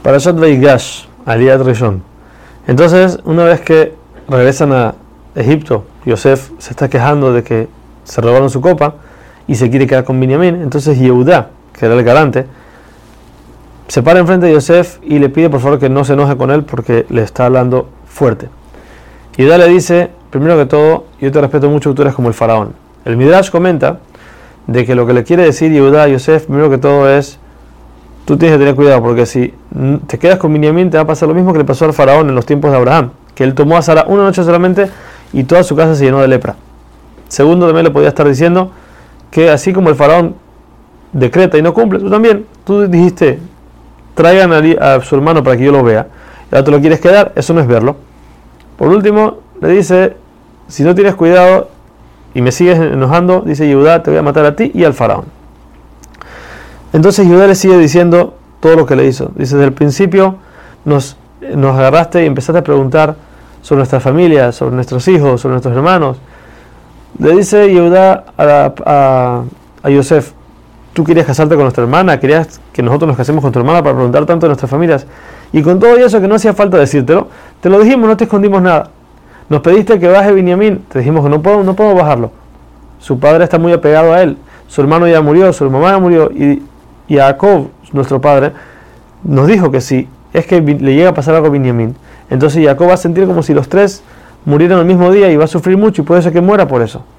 Parashat Vaigash, Aliyat Rishon. Entonces, una vez que regresan a Egipto, Yosef se está quejando de que se robaron su copa y se quiere quedar con Binyamin. Entonces Yehudá, que era el garante, se para enfrente de Yosef y le pide por favor que no se enoje con él porque le está hablando fuerte. Yehudá le dice, primero que todo, yo te respeto mucho, tú eres como el faraón. El Midrash comenta de que lo que le quiere decir Yehudá a Yosef, primero que todo es, tú tienes que tener cuidado porque si te quedas con Binyamin te va a pasar lo mismo que le pasó al faraón en los tiempos de Abraham, que él tomó a Sara una noche solamente y toda su casa se llenó de lepra. Segundo, también le podía estar diciendo que así como el faraón decreta y no cumple, tú también, tú dijiste, traigan a su hermano para que yo lo vea, y ahora tú lo quieres quedar, eso no es verlo. Por último, le dice, si no tienes cuidado y me sigues enojando, dice Yehudá, te voy a matar a ti y al faraón. Entonces Yehudá le sigue diciendo todo lo que le hizo. Dice, desde el principio nos agarraste y empezaste a preguntar sobre nuestra familia, sobre nuestros hijos, sobre nuestros hermanos. Le dice Yehudá a Yosef, tú querías casarte con nuestra hermana, querías que nosotros nos casemos con tu hermana para preguntar tanto de nuestras familias. Y con todo eso que no hacía falta decírtelo, te lo dijimos, no te escondimos nada. Nos pediste que baje Binyamin, te dijimos que no puedo bajarlo. Su padre está muy apegado a él, su hermano ya murió, su mamá ya murió, y Jacob, nuestro padre, nos dijo que si es que le llega a pasar algo a Binyamin, entonces Jacob va a sentir como si los tres murieran el mismo día y va a sufrir mucho y puede ser que muera por eso.